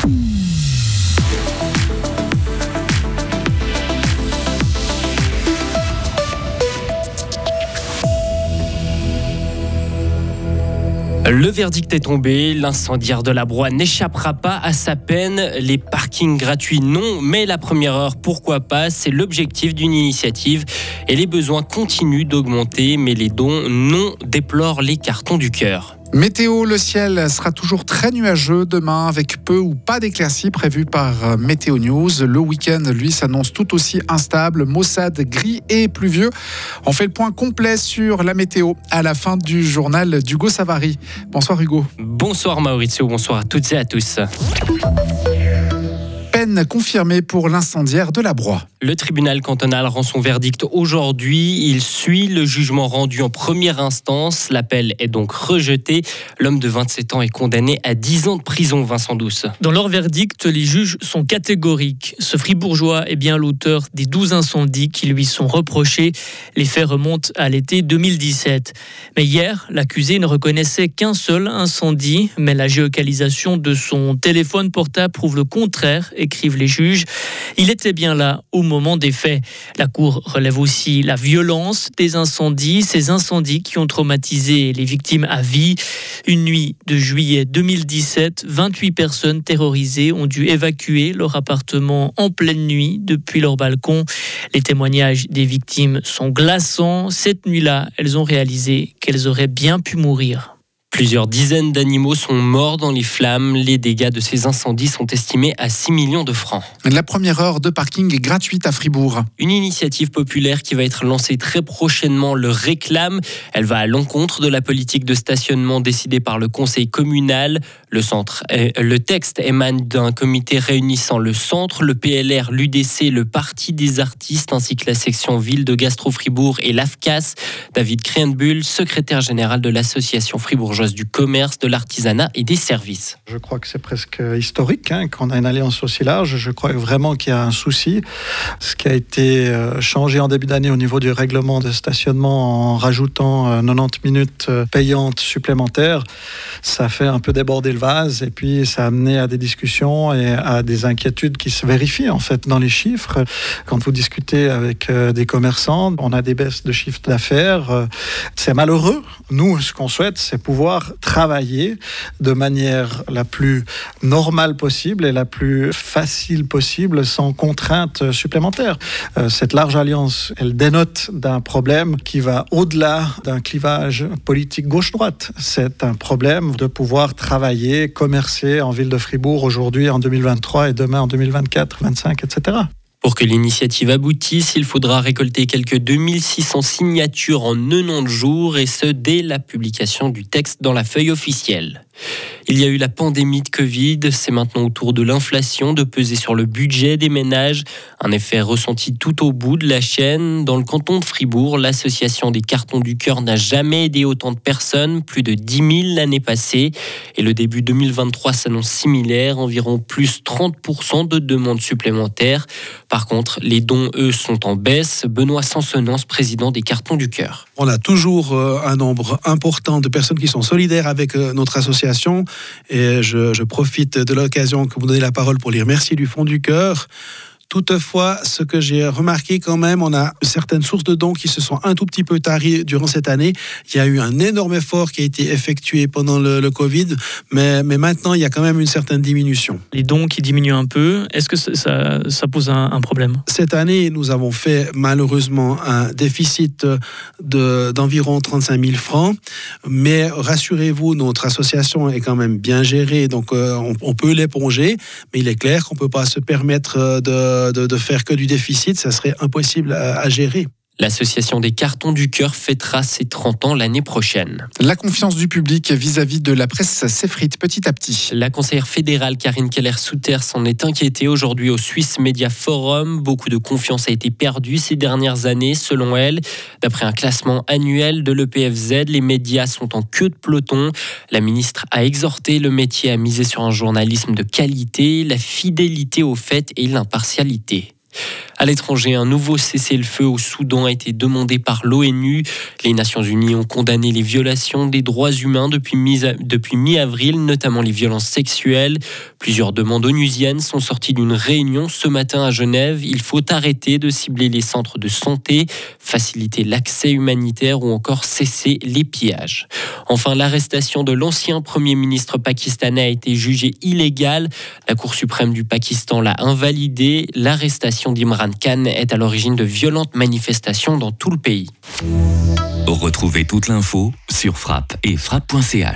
Le verdict est tombé, l'incendiaire de la Broye n'échappera pas à sa peine. Les parkings gratuits, non, mais la première heure, pourquoi pas, c'est l'objectif d'une initiative. Et les besoins continuent d'augmenter, mais les dons, non, déplorent les cartons du cœur. Météo, le ciel sera toujours très nuageux demain avec peu ou pas d'éclaircies prévues par Météo News. Le week-end, lui, s'annonce tout aussi instable, maussade, gris et pluvieux. On fait le point complet sur la météo à la fin du journal d'Hugo Savary. Bonsoir Hugo. Bonsoir Maurizio, bonsoir à toutes et à tous. Peine confirmée pour l'incendiaire de la Broye. Le tribunal cantonal rend son verdict aujourd'hui. Il suit le jugement rendu en première instance. L'appel est donc rejeté. L'homme de 27 ans est condamné à 10 ans de prison, Vincent Douce. Dans leur verdict, les juges sont catégoriques. Ce fribourgeois est bien l'auteur des 12 incendies qui lui sont reprochés. Les faits remontent à l'été 2017. Mais hier, l'accusé ne reconnaissait qu'un seul incendie. Mais la géolocalisation de son téléphone portable prouve le contraire, écrivent les juges. Il était bien là au moment des faits. La Cour relève aussi la violence des incendies, ces incendies qui ont traumatisé les victimes à vie. Une nuit de juillet 2017, 28 personnes terrorisées ont dû évacuer leur appartement en pleine nuit depuis leur balcon. Les témoignages des victimes sont glaçants. Cette nuit-là, elles ont réalisé qu'elles auraient bien pu mourir. Plusieurs dizaines d'animaux sont morts dans les flammes. Les dégâts de ces incendies sont estimés à 6 millions de francs. La première heure de parking est gratuite à Fribourg. Une initiative populaire qui va être lancée très prochainement le réclame. Elle va à l'encontre de la politique de stationnement décidée par le conseil communal. Le texte émane d'un comité réunissant le centre, le PLR, l'UDC, le Parti des artistes ainsi que la section ville de Gastro-Fribourg et l'AFCAS. David Krienbuhl, secrétaire général de l'association fribourgeoise du commerce, de l'artisanat et des services. Je crois que c'est presque historique qu'on a une alliance aussi large. Je crois vraiment qu'il y a un souci. Ce qui a été changé en début d'année au niveau du règlement de stationnement en rajoutant 90 minutes payantes supplémentaires, ça fait un peu déborder le vase et puis ça a amené à des discussions et à des inquiétudes qui se vérifient en fait dans les chiffres. Quand vous discutez avec des commerçants, on a des baisses de chiffre d'affaires. C'est malheureux. Nous, ce qu'on souhaite, c'est pouvoir travailler de manière la plus normale possible et la plus facile possible sans contraintes supplémentaires. Cette large alliance, elle dénote d'un problème qui va au-delà d'un clivage politique gauche-droite. C'est un problème de pouvoir travailler, commercer en ville de Fribourg aujourd'hui en 2023 et demain en 2024, 2025, etc. Pour que l'initiative aboutisse, il faudra récolter quelques 2600 signatures en 90 jours et ce, dès la publication du texte dans la feuille officielle. Il y a eu la pandémie de Covid, c'est maintenant au tour de l'inflation de peser sur le budget des ménages. Un effet ressenti tout au bout de la chaîne. Dans le canton de Fribourg, l'association des cartons du cœur n'a jamais aidé autant de personnes, plus de 10 000 l'année passée. Et le début 2023 s'annonce similaire, environ plus 30% de demandes supplémentaires. Par contre, les dons, eux, sont en baisse. Benoît Sansonance, président des cartons du cœur. On a toujours un nombre important de personnes qui sont solidaires avec notre association. Et je profite de l'occasion que vous donnez la parole pour les remercier du fond du cœur. Toutefois, ce que j'ai remarqué quand même, on a certaines sources de dons qui se sont un tout petit peu taries durant cette année. Il y a eu un énorme effort qui a été effectué pendant le Covid, mais maintenant, il y a quand même une certaine diminution. Les dons qui diminuent un peu, est-ce que ça pose un problème ? Cette année, nous avons fait malheureusement un déficit d'environ 35 000 francs, mais rassurez-vous, notre association est quand même bien gérée, donc on peut l'éponger, mais il est clair qu'on ne peut pas se permettre de faire que du déficit, ça serait impossible à gérer. L'association des cartons du cœur fêtera ses 30 ans l'année prochaine. La confiance du public vis-à-vis de la presse s'effrite petit à petit. La conseillère fédérale Karine Keller-Souter s'en est inquiétée aujourd'hui au Swiss Media Forum. Beaucoup de confiance a été perdue ces dernières années, selon elle. D'après un classement annuel de l'EPFZ, les médias sont en queue de peloton. La ministre a exhorté le métier à miser sur un journalisme de qualité, la fidélité aux faits et l'impartialité. À l'étranger, un nouveau cessez-le-feu au Soudan a été demandé par l'ONU. Les Nations Unies ont condamné les violations des droits humains depuis mi-avril, notamment les violences sexuelles. Plusieurs demandes onusiennes sont sorties d'une réunion ce matin à Genève. Il faut arrêter de cibler les centres de santé, faciliter l'accès humanitaire ou encore cesser les pillages. Enfin, l'arrestation de l'ancien Premier ministre pakistanais a été jugée illégale. La Cour suprême du Pakistan l'a invalidée. L'arrestation d'Imran Khan est à l'origine de violentes manifestations dans tout le pays. Retrouvez toute l'info sur frappe et frappe.ch.